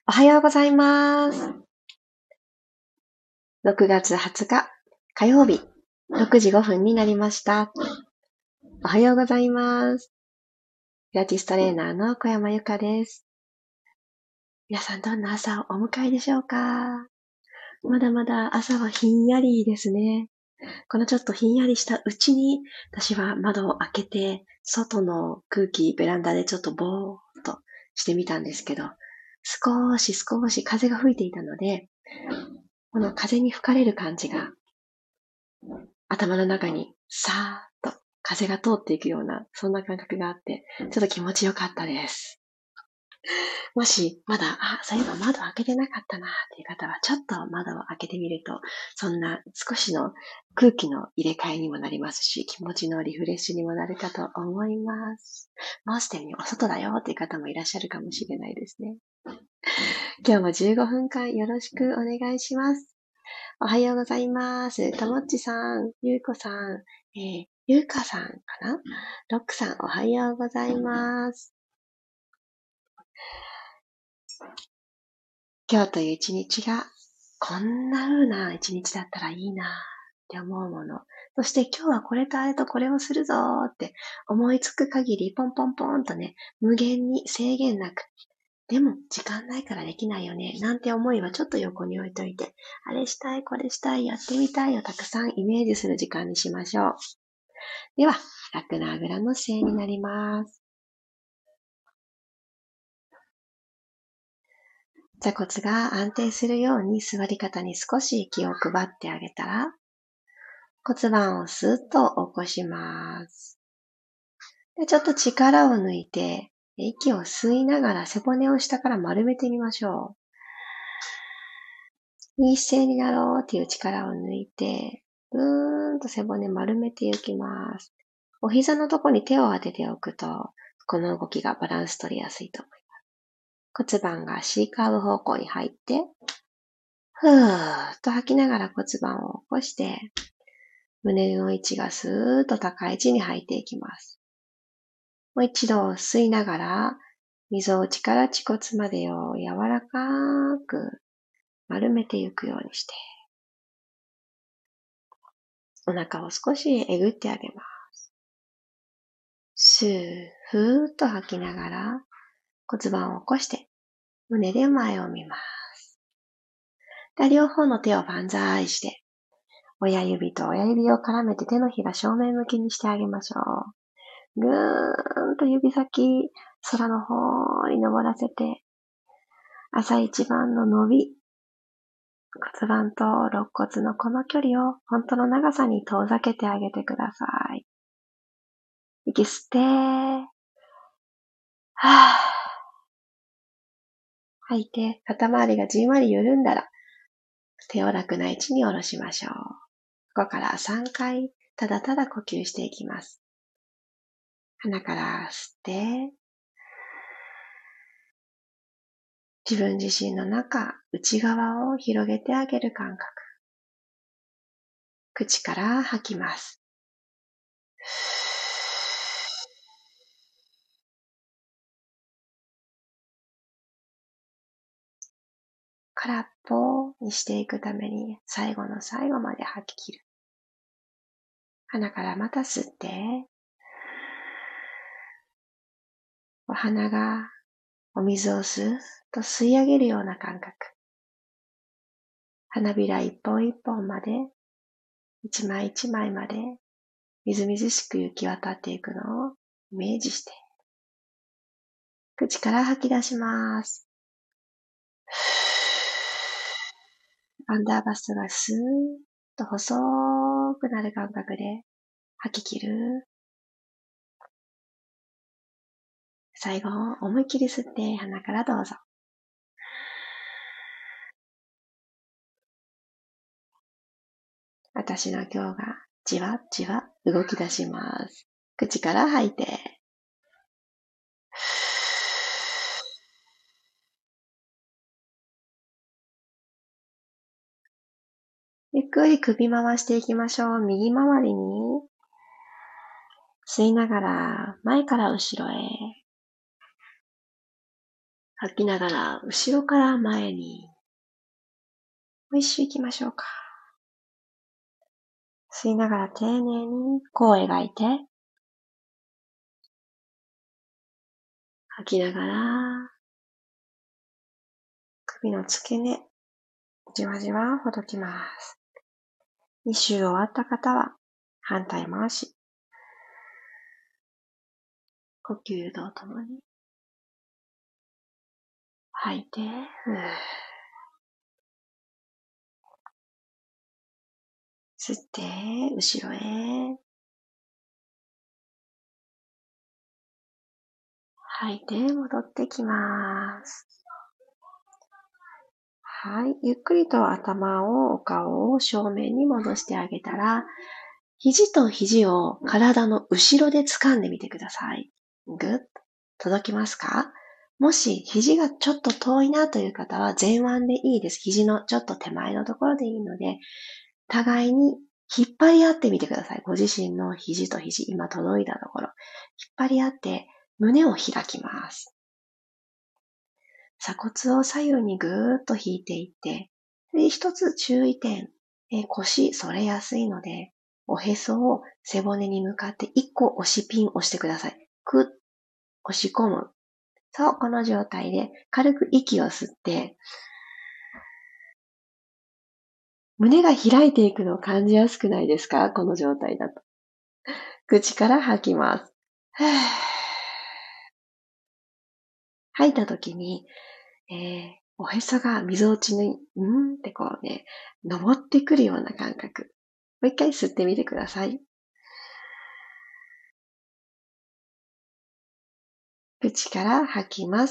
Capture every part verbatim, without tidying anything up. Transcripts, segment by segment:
おはようございます。ろくがつはつか火曜日ろくじごふんになりました。おはようございます。ピラティストレーナーの小山由かです。皆さんどんな朝をお迎えでしょうか？まだまだ朝はひんやりですね。このちょっとひんやりしたうちに私は窓を開けて外の空気ベランダでちょっとぼーっとしてみたんですけど、少し少し風が吹いていたので、この風に吹かれる感じが頭の中にさーっと風が通っていくような、そんな感覚があって、ちょっと気持ちよかったです。もし、まだ、あ、そういえば窓開けてなかったなっていう方は、ちょっと窓を開けてみると、そんな少しの空気の入れ替えにもなりますし、気持ちのリフレッシュにもなるかと思います。もうすでにお外だよっていう方もいらっしゃるかもしれないですね。今日もじゅうごふんかんよろしくお願いします。おはようございます。ともっちさん、ゆうこさん、えー、ゆうかさんかな？ロックさん、おはようございます。今日という一日が、こんな風な一日だったらいいなって思うもの。そして今日はこれとあれとこれをするぞって思いつく限り、ポンポンポンとね、無限に制限なく、でも時間ないからできないよね、なんて思いはちょっと横に置いといて、あれしたい、これしたい、やってみたいをたくさんイメージする時間にしましょう。では、楽なあぐらの姿勢になります。座骨が安定するように座り方に少し気を配ってあげたら、骨盤をスーッと起こします。で、ちょっと力を抜いて、息を吸いながら背骨を下から丸めてみましょう。いい姿勢になろうっていう力を抜いて、ぐーんと背骨丸めていきます。お膝のとこに手を当てておくと、この動きがバランス取りやすいと思います。骨盤が C カーブ方向に入って、ふーっと吐きながら骨盤を起こして、胸の位置がスーッと高い位置に入っていきます。もう一度吸いながら、溝落ちから恥骨までを柔らかく丸めていくようにして、お腹を少しえぐってあげます。スー、ふーっと吐きながら骨盤を起こして、胸で前を見ます。で、両方の手を万歳して、親指と親指を絡めて手のひら正面向きにしてあげましょう。ぐーんと指先、空の方に登らせて、朝一番の伸び、骨盤と肋骨のこの距離を本当の長さに遠ざけてあげてください。息吸って、はぁ、吐いて、肩周りがじんわり緩んだら、手を楽な位置に下ろしましょう。ここからさんかい、ただただ呼吸していきます。鼻から吸って、自分自身の中、内側を広げてあげる感覚。口から吐きます。空っぽにしていくために最後の最後まで吐き切る。鼻からまた吸って、お鼻がお水をスーッと吸い上げるような感覚。花びら一本一本まで、一枚一枚まで、みずみずしく行き渡っていくのをイメージして、口から吐き出します。アンダーバスがスーッと細くなる感覚で吐き切る。最後、思いっきり吸って鼻からどうぞ。私の今日がじわじわ動き出します。口から吐いて。ゆっくり首回していきましょう。右回りに吸いながら前から後ろへ。 吐きながら、後ろから前に。もう一周行きましょうか。吸いながら丁寧に弧を描いて。吐きながら、首の付け根、じわじわほどきます。一周終わった方は、反対回し。呼吸とともに。吐いて、ふー。吸って、後ろへ。吐いて、戻ってきます。はい。ゆっくりと頭を、お顔を正面に戻してあげたら、肘と肘を体の後ろで掴んでみてください。ぐっと届きますか？もし肘がちょっと遠いなという方は前腕でいいです。肘のちょっと手前のところでいいので、互いに引っ張り合ってみてください。ご自身の肘と肘、今届いたところ。引っ張り合って胸を開きます。鎖骨を左右にぐーっと引いていって、で一つ注意点、え腰反れやすいので、おへそを背骨に向かって一個押しピン押してください。くっ、押し込む。そう、この状態で軽く息を吸って、胸が開いていくのを感じやすくないですか？この状態だと。口から吐きます。吐いた時に、えー、おへそが溝落ちに、うんってこうね、登ってくるような感覚。もう一回吸ってみてください。口から吐きます。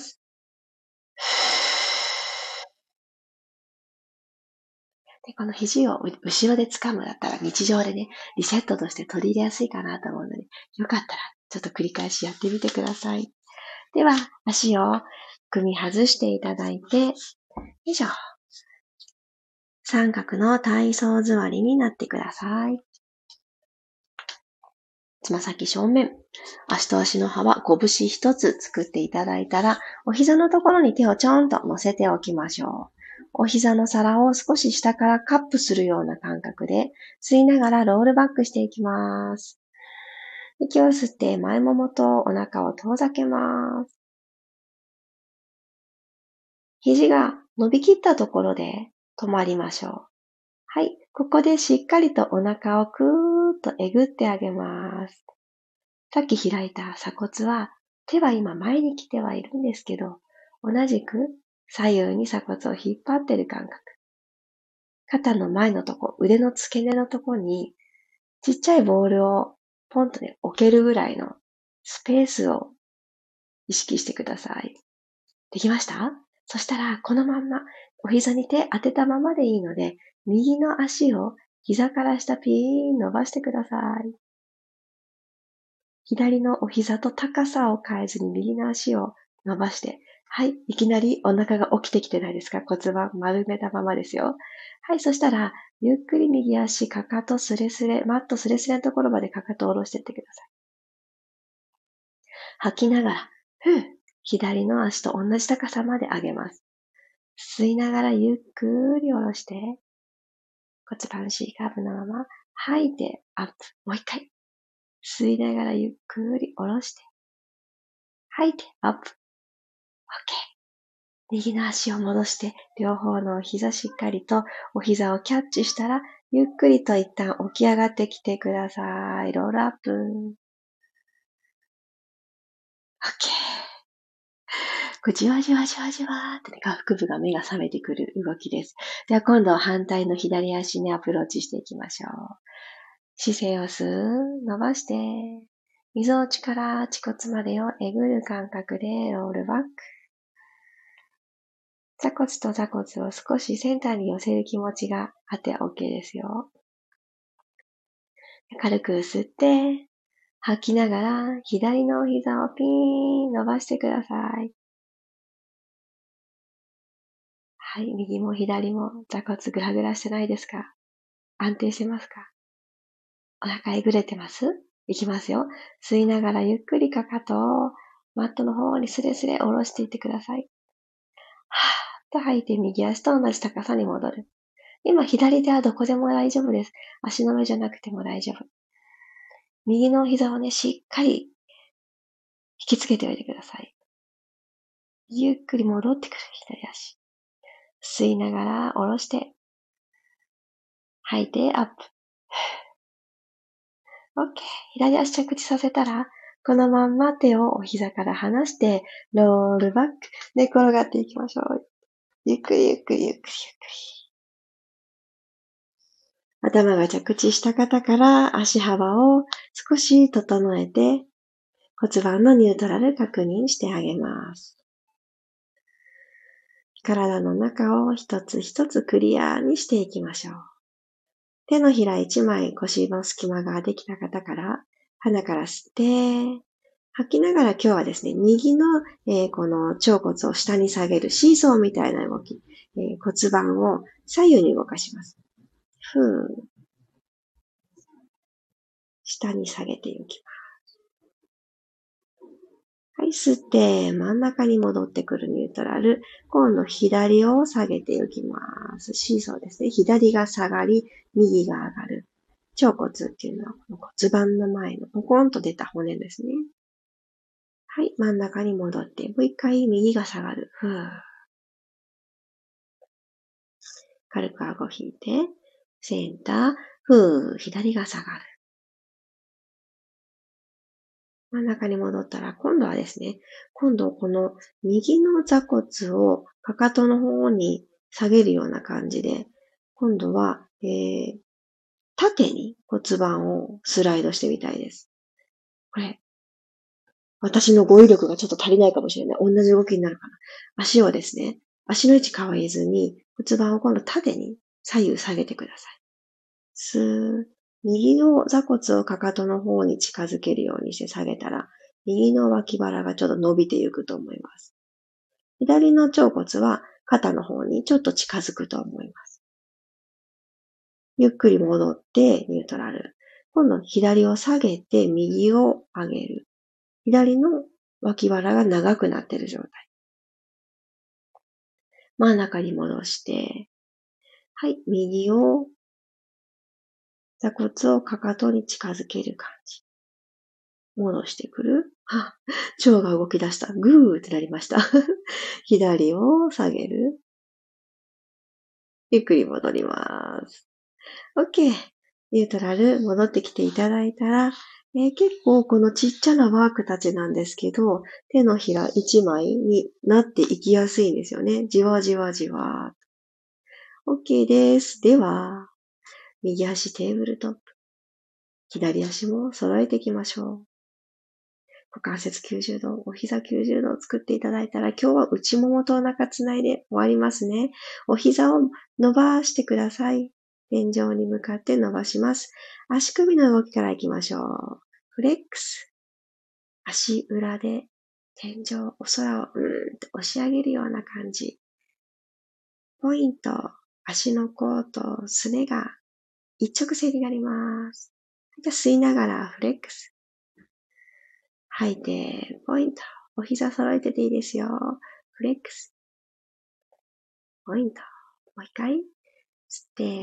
で、この肘を後ろで掴むだったら日常でね、リセットとして取り入れやすいかなと思うので、よかったらちょっと繰り返しやってみてください。では、足を組み外していただいて、よいしょ。三角の体操座りになってください。つま先正面。足と足の幅、拳一つ作っていただいたら、お膝のところに手をちょんと乗せておきましょう。お膝の皿を少し下からカップするような感覚で、吸いながらロールバックしていきます。息を吸って前ももとお腹を遠ざけます。肘が伸びきったところで止まりましょう。はい。ここでしっかりとお腹をくーっとえぐってあげます。さっき開いた鎖骨は、手は今前に来てはいるんですけど、同じく左右に鎖骨を引っ張ってる感覚。肩の前のとこ、腕の付け根のとこに、ちっちゃいボールをポンとね、置けるぐらいのスペースを意識してください。できました？そしたら、このまんま、お膝に手当てたままでいいので、右の足を膝から下ピーン伸ばしてください。左のお膝と高さを変えずに右の足を伸ばして、はい、いきなりお腹が起きてきてないですか？骨盤丸めたままですよ。はい、そしたら、ゆっくり右足、かかとスレスレ、マットスレスレのところまでかかとを下ろしていってください。吐きながら、ふう、左の足と同じ高さまで上げます。吸いながらゆっくり下ろして、骨盤 C カーブのまま、吐いてアップ。もう一回。吸いながらゆっくり下ろして、吐いてアップ。OK。右の足を戻して、両方のお膝しっかりとお膝をキャッチしたら、ゆっくりと一旦起き上がってきてください。ロールアップ。OK。こうじわじわじわじわーってね、下腹部が目が覚めてくる動きです。では今度は反対の左足にアプローチしていきましょう。姿勢をスーッ伸ばして、溝落ちから恥骨までをえぐる感覚でロールバック。座骨と座骨を少しセンターに寄せる気持ちがあって OK ですよ。軽く吸って、吐きながら左のお膝をピーン伸ばしてください。はい、右も左も座骨グラグラしてないですか？安定してますか？お腹えぐれてます？いきますよ。吸いながらゆっくりかかとをマットの方にスレスレ下ろしていってください。 はーっと吐いて右足と同じ高さに戻る。今、左手はどこでも大丈夫です。足の上じゃなくても大丈夫。右の膝をね、しっかり引きつけておいてください。ゆっくり戻ってくる左足。吸いながら下ろして、吐いてアップ。OK。左足着地させたら、このまんま手をお膝から離して、ロールバック。寝転がっていきましょう。ゆっくりゆっくりゆっくりゆっくり。頭が着地した方から足幅を少し整えて、骨盤のニュートラル確認してあげます。体の中を一つ一つクリアにしていきましょう。手のひら一枚腰の隙間ができた方から、鼻から吸って、吐きながら今日はですね、右の、えー、この腸骨を下に下げるシーソーみたいな動き、えー、骨盤を左右に動かします。ふー。下に下げていきます。はい、吸って、真ん中に戻ってくるニュートラル。今度左を下げていきます。シーソーですね。左が下がり、右が上がる。腸骨っていうのはこの骨盤の前のポコンと出た骨ですね。はい、真ん中に戻って、もう一回右が下がる。ふー。軽く顎引いて、センター、ふー、左が下がる。真ん中に戻ったら、今度はですね、今度この右の座骨をかかとの方に下げるような感じで、今度は、えー、縦に骨盤をスライドしてみたいです。これ、私の語彙力がちょっと足りないかもしれない。同じ動きになるかな。足をですね、足の位置変わりずに骨盤を今度縦に左右下げてください。スー。右の座骨をかかとの方に近づけるようにして下げたら、右の脇腹がちょっと伸びていくと思います。左の腸骨は肩の方にちょっと近づくと思います。ゆっくり戻ってニュートラル。今度左を下げて右を上げる。左の脇腹が長くなっている状態。真ん中に戻して、はい、右を座骨をかかとに近づける感じ。戻してくる。あ、腸が動き出した。グーってなりました。左を下げる。ゆっくり戻ります。OK。ニュートラル戻ってきていただいたら、えー、結構このちっちゃなワークたちなんですけど、手のひら一枚になっていきやすいんですよね。じわじわじわ。OK です。では、右足テーブルトップ。左足も揃えていきましょう。股関節きゅうじゅうど、お膝きゅうじゅうどを作っていただいたら、今日は内ももとお腹つないで終わりますね。お膝を伸ばしてください。天井に向かって伸ばします。足首の動きからいきましょう。フレックス。足裏で天井、お空をうーんと押し上げるような感じ。ポイント。足の甲とすねが一直線になります。じゃあ吸いながらフレックス。吐いて、ポイント。お膝揃えてていいですよ。フレックス。ポイント。もう一回。吸って、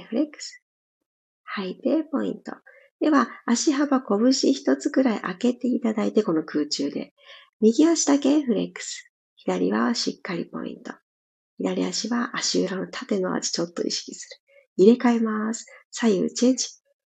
フレックス。吐いて、ポイント。では、足幅拳一つくらい開けていただいて、この空中で。右足だけフレックス。左はしっかりポイント。左足は足裏の縦の味ちょっと意識する。入れ替えます。左右チェンジ。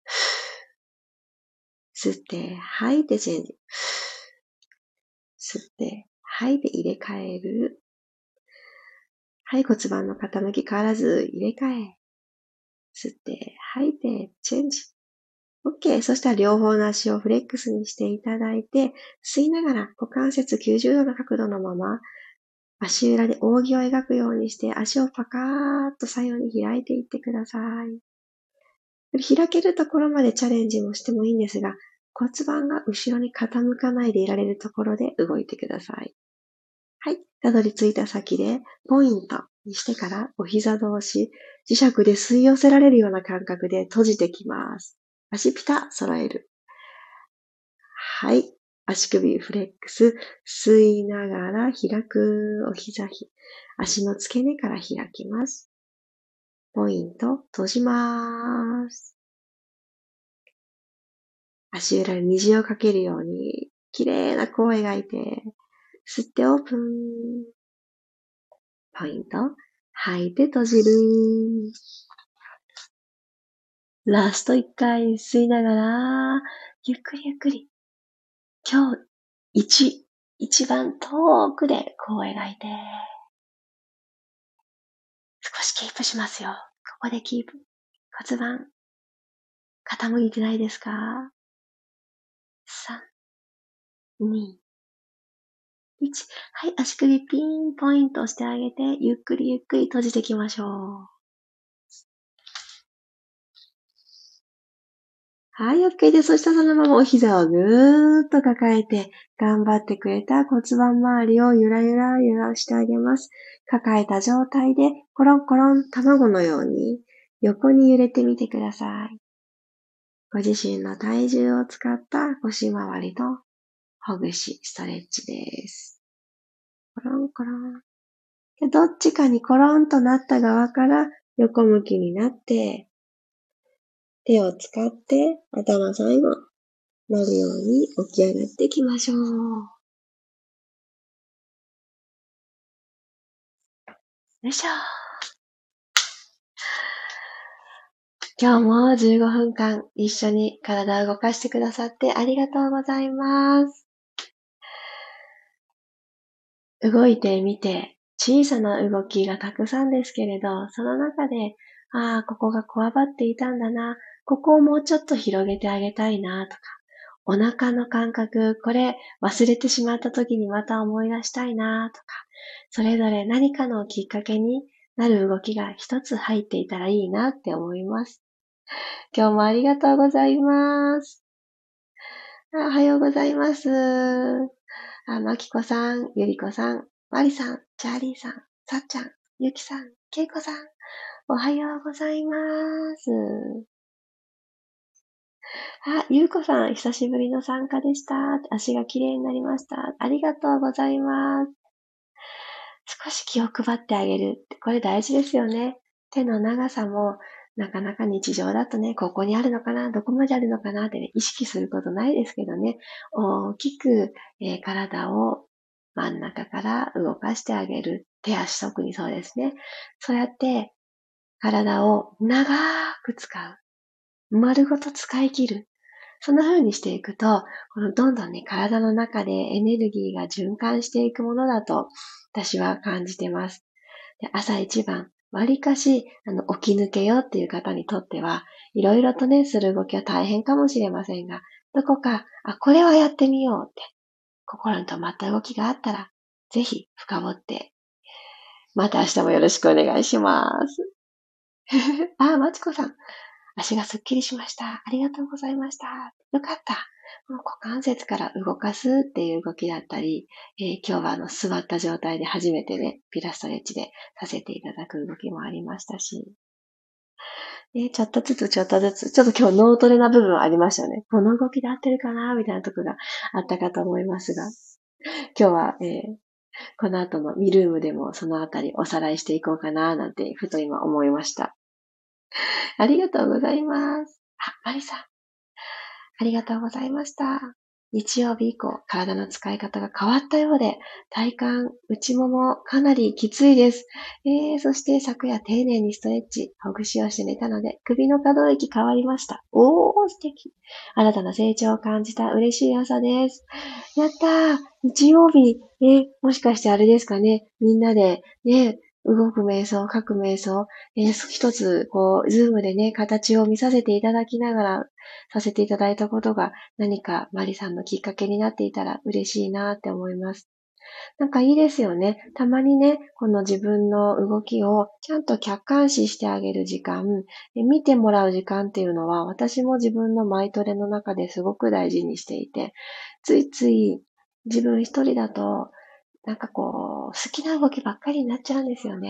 吸って、吐いてチェンジ。吸って、吐いて入れ替える。はい、骨盤の傾き変わらず入れ替え。吸って、吐いて、チェンジ。OK。そしたら両方の足をフレックスにしていただいて、吸いながら股関節きゅうじゅうどの角度のまま、足裏で扇を描くようにして、足をパカーッと左右に開いていってください。開けるところまでチャレンジもしてもいいんですが、骨盤が後ろに傾かないでいられるところで動いてください。はい。たどり着いた先で、ポイントにしてからお膝同士、磁石で吸い寄せられるような感覚で閉じてきます。足ピタ揃える。はい。 足首フレックス、吸いながら開く、お膝ひ、足の付け根から開きます。ポイント、閉じます。足裏に虹をかけるように、綺麗な弧を描いて、吸ってオープン。ポイント、吐いて閉じる。ラスト一回吸いながら、ゆっくりゆっくり。今日一、一番遠くで弧を描いて、少しキープしますよ。ここでキープ。骨盤、傾いてないですか？ さん、に、いち。はい、足首ピンポイント押してあげて、ゆっくりゆっくり閉じていきましょう。はい、OK です。そしたらそのままお膝をぐーっと抱えて、頑張ってくれた骨盤周りをゆらゆら揺らしてあげます。抱えた状態で、コロンコロン卵のように横に揺れてみてください。ご自身の体重を使った腰回りとほぐし、ストレッチです。コロンコロン。でどっちかにコロンとなった側から横向きになって、手を使って頭最後なるように起き上がっていきましょう。よいしょ。今日もじゅうごふんかん一緒に体を動かしてくださってありがとうございます。動いてみて小さな動きがたくさんですけれど、その中で、ああ、ここがこわばっていたんだな、ここをもうちょっと広げてあげたいなとか、お腹の感覚、これ忘れてしまった時にまた思い出したいなとか、それぞれ何かのきっかけになる動きが一つ入っていたらいいなって思います。今日もありがとうございます。おはようございます。あ、まきこさん、ゆりこさん、まりさん、チャーリーさん、さっちゃん、ゆきさん、けいこさん、おはようございます。あ、ゆうこさん、久しぶりの参加でした。足が綺麗になりました。ありがとうございます。少し気を配ってあげるって、これ大事ですよね。手の長さも、なかなか日常だとね、ここにあるのかな、どこまであるのかなってね、意識することないですけどね、大きく、えー体を真ん中から動かしてあげる。手足特にそうですね。そうやって体を長く使う。丸ごと使い切る。そんな風にしていくと、このどんどんね、体の中でエネルギーが循環していくものだと、私は感じてます。で朝一番、わりかし、あの、起き抜けようっていう方にとっては、いろいろとね、する動きは大変かもしれませんが、どこか、あ、これはやってみようって、心に留まった動きがあったら、ぜひ深掘って、また明日もよろしくお願いします。あ、まちこさん。足がすっきりしました。ありがとうございました。よかった。この股関節から動かすっていう動きだったり、えー今日はあの座った状態で初めてね、ピラストレッチでさせていただく動きもありましたし、ね、ちょっとずつちょっとずつ、ちょっと今日脳トレな部分ありましたよね。この動きで合ってるかなみたいなとこがあったかと思いますが、今日は、えーこの後のミルームでもそのあたりおさらいしていこうかななんてふと今思いました。ありがとうございます。あ、マリさん。ありがとうございました。日曜日以降、体の使い方が変わったようで、体幹、内ももかなりきついです。えー、そして昨夜丁寧にストレッチ、ほぐしをして寝たので、首の可動域変わりました。おー、素敵。新たな成長を感じた嬉しい朝です。やったー。日曜日、えー、もしかしてあれですかね。みんなで、ね、動く瞑想、書く瞑想、えー一つ、こう、ズームでね、形を見させていただきながら、させていただいたことが何かマリさんのきっかけになっていたら嬉しいなって思います。なんかいいですよね。たまにね、この自分の動きをちゃんと客観視してあげる時間、見てもらう時間っていうのは私も自分のマイトレの中ですごく大事にしていて、ついつい自分一人だとなんかこう好きな動きばっかりになっちゃうんですよね。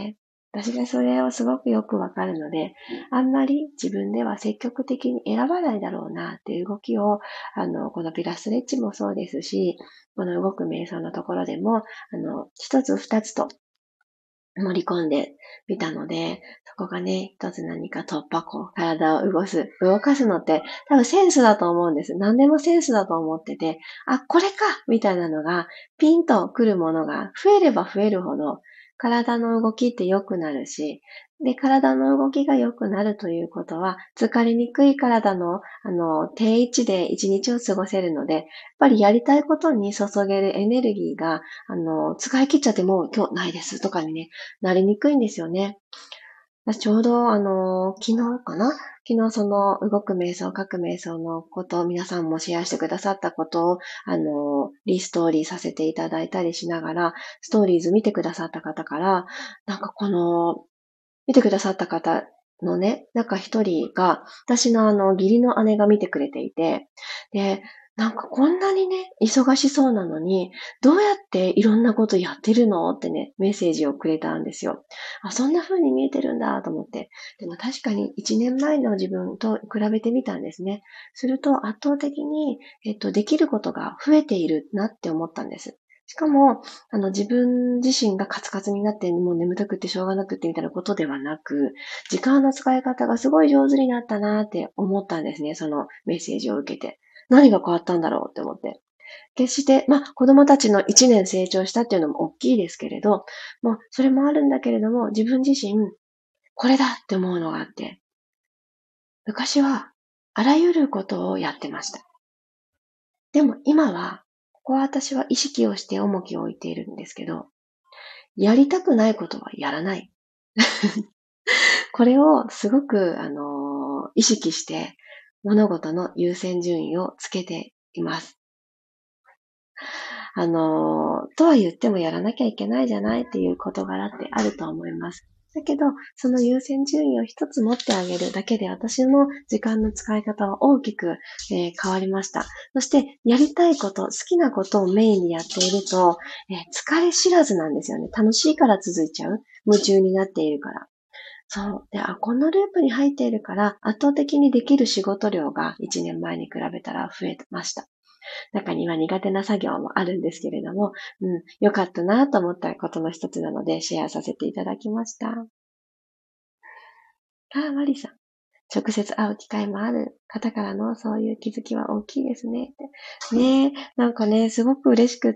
私がそれをすごくよくわかるので、あんまり自分では積極的に選ばないだろうなっていう動きを、あの、このピラストレッチもそうですし、この動く瞑想のところでも、あの、一つ二つと盛り込んでみたので、そこがね、一つ何か突破口、体を動かす、動かすのって多分センスだと思うんです。何でもセンスだと思ってて、あ、これかみたいなのがピンと来るものが増えれば増えるほど、体の動きって良くなるし、で、体の動きが良くなるということは、疲れにくい体の、あの、定位置で一日を過ごせるので、やっぱりやりたいことに注げるエネルギーが、あの、使い切っちゃってもう今日ないですとかにね、なりにくいんですよね。私ちょうど、あの、昨日かな昨日その動く瞑想、書く瞑想のことを皆さんもシェアしてくださったことを、あの、リストーリーさせていただいたりしながら、ストーリーズ見てくださった方から、なんかこの、見てくださった方のね、なんか一人が、私のあの、義理の姉が見てくれていて、で、なんかこんなにね、忙しそうなのに、どうやっていろんなことやってるのってね、メッセージをくれたんですよ。あ、そんな風に見えてるんだと思って。でも確かにいちねんまえの自分と比べてみたんですね。すると圧倒的に、えっと、できることが増えているなって思ったんです。しかも、あの、自分自身がカツカツになって、もう眠たくてしょうがなくてみたいなことではなく、時間の使い方がすごい上手になったなって思ったんですね。そのメッセージを受けて。何が変わったんだろうって思って。決して、まあ、子供たちのいちねん成長したっていうのも大きいですけれど、もう、それもあるんだけれども、自分自身、これだって思うのがあって、昔は、あらゆることをやってました。でも今は、ここは私は意識をして重きを置いているんですけど、やりたくないことはやらない。これをすごく、あの、意識して物事の優先順位をつけています。あの、とは言ってもやらなきゃいけないじゃないっていう事柄ってあると思います。だけど、その優先順位を一つ持ってあげるだけで私の時間の使い方は大きく、えー変わりました。そして、やりたいこと、好きなことをメインにやっていると、えー疲れ知らずなんですよね。楽しいから続いちゃう。夢中になっているから。そう。で、あ、このループに入っているから、圧倒的にできる仕事量がいちねんまえに比べたら増えました。中には苦手な作業もあるんですけれども、うん、良かったなと思ったことの一つなので、シェアさせていただきました。あ、マリさん。直接会う機会もある方からのそういう気づきは大きいですね。ねえ、なんかね、すごく嬉しくって、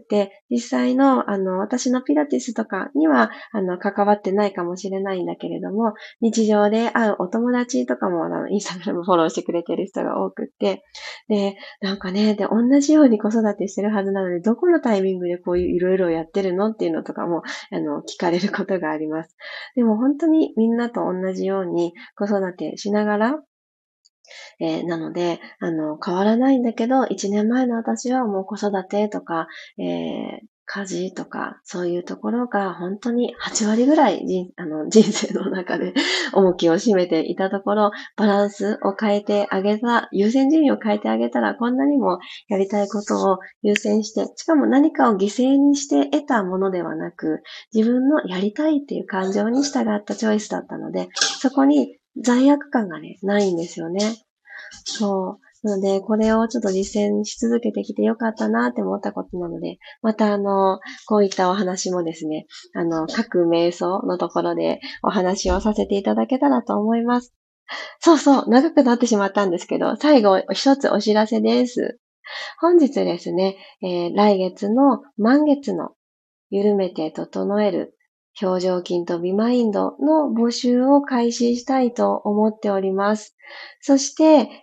実際の、あの、私のピラティスとかには、あの、関わってないかもしれないんだけれども、日常で会うお友達とかも、あの、インスタグラムフォローしてくれてる人が多くって、で、なんかね、で、同じように子育てしてるはずなので、どこのタイミングでこういういろいろやってるのっていうのとかも、あの、聞かれることがあります。でも本当にみんなと同じように子育てしながら、えーなので、あの、変わらないんだけど、いちねんまえの私はもう子育てとか、えー家事とか、そういうところが本当にはち割ぐらい人あの人生の中で重きを占めていたところ、バランスを変えてあげた、優先順位を変えてあげたら、こんなにもやりたいことを優先して、しかも何かを犠牲にして得たものではなく、自分のやりたいっていう感情に従ったチョイスだったので、そこに罪悪感がね、ないんですよね。そう。なので、これをちょっと実践し続けてきてよかったなって思ったことなので、またあの、こういったお話もですね、あの、各瞑想のところでお話をさせていただけたらと思います。そうそう、長くなってしまったんですけど、最後一つお知らせです。本日ですね、えー来月の満月の緩めて整える表情筋とビマインドの募集を開始したいと思っております。そして、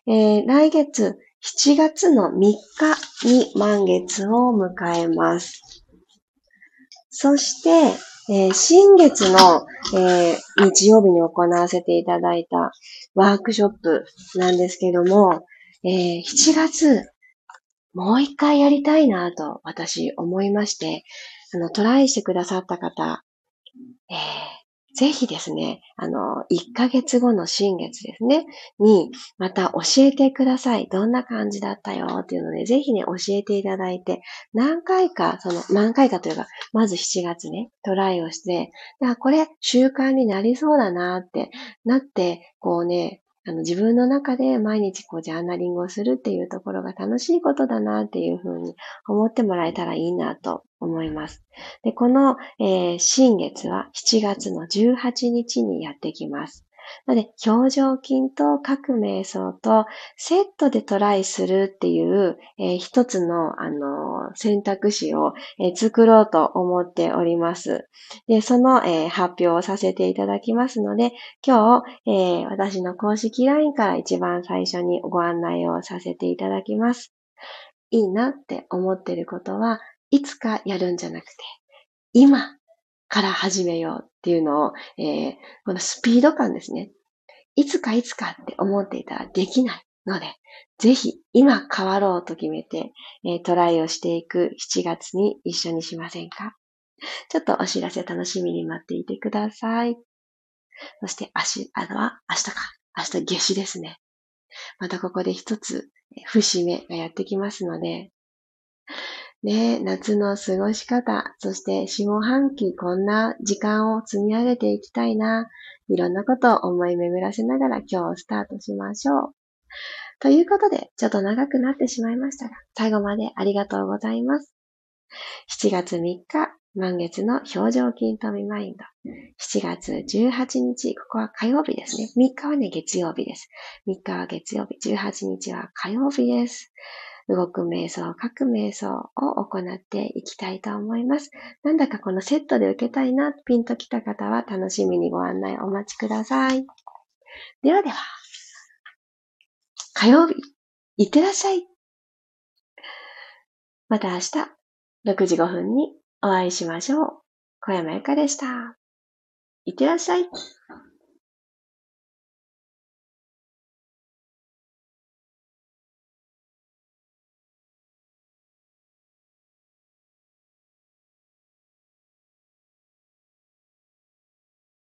えー来月しちがつのみっかに満月を迎えます。そして、えー新月の、えー日曜日に行わせていただいたワークショップなんですけども、えーしちがつもう一回やりたいなと私思いまして、あの、トライしてくださった方、えーぜひですね、あの、いっかげつごの新月ですね、に、また教えてください。どんな感じだったよっていうので、ぜひね、教えていただいて、何回か、その、何回かというか、まずしちがつね、トライをして、あ、これ習慣になりそうだなってなって、こうね、あの、自分の中で毎日こうジャーナリングをするっていうところが楽しいことだなっていうふうに思ってもらえたらいいなと思います。で、この、えー新月はしちがつのじゅうはちにちにやってきます。なので、表情筋と各瞑想とセットでトライするっていう、えー一つの、あのー選択肢を、えー作ろうと思っております。で、その、えー発表をさせていただきますので、今日、えー私の公式 ライン から一番最初にご案内をさせていただきます。いいなって思ってることは、いつかやるんじゃなくて、今から始めようっていうのを、えーこのスピード感ですね。いつかいつかって思っていたらできないので、ぜひ今変わろうと決めて、えートライをしていくしちがつに一緒にしませんか？ちょっとお知らせ楽しみに待っていてください。そして明日、あとは明日か。明日夏至ですね。またここで一つ、節目がやってきますので、ね、夏の過ごし方、そして下半期こんな時間を積み上げていきたいな、いろんなことを思い巡らせながら今日スタートしましょう。ということで、ちょっと長くなってしまいましたが、最後までありがとうございます。しちがつみっか、満月の表情筋とビマインド。しちがつじゅうはちにち、ここは火曜日ですね。みっかはね、月曜日です。みっかは月曜日、じゅうはちにちは火曜日です。動く瞑想、書く瞑想を行っていきたいと思います。なんだかこのセットで受けたいな、ピンときた方は楽しみにご案内お待ちください。ではでは、火曜日、いってらっしゃい。また明日、ろくじごふんにお会いしましょう。小山由かでした。いってらっしゃい。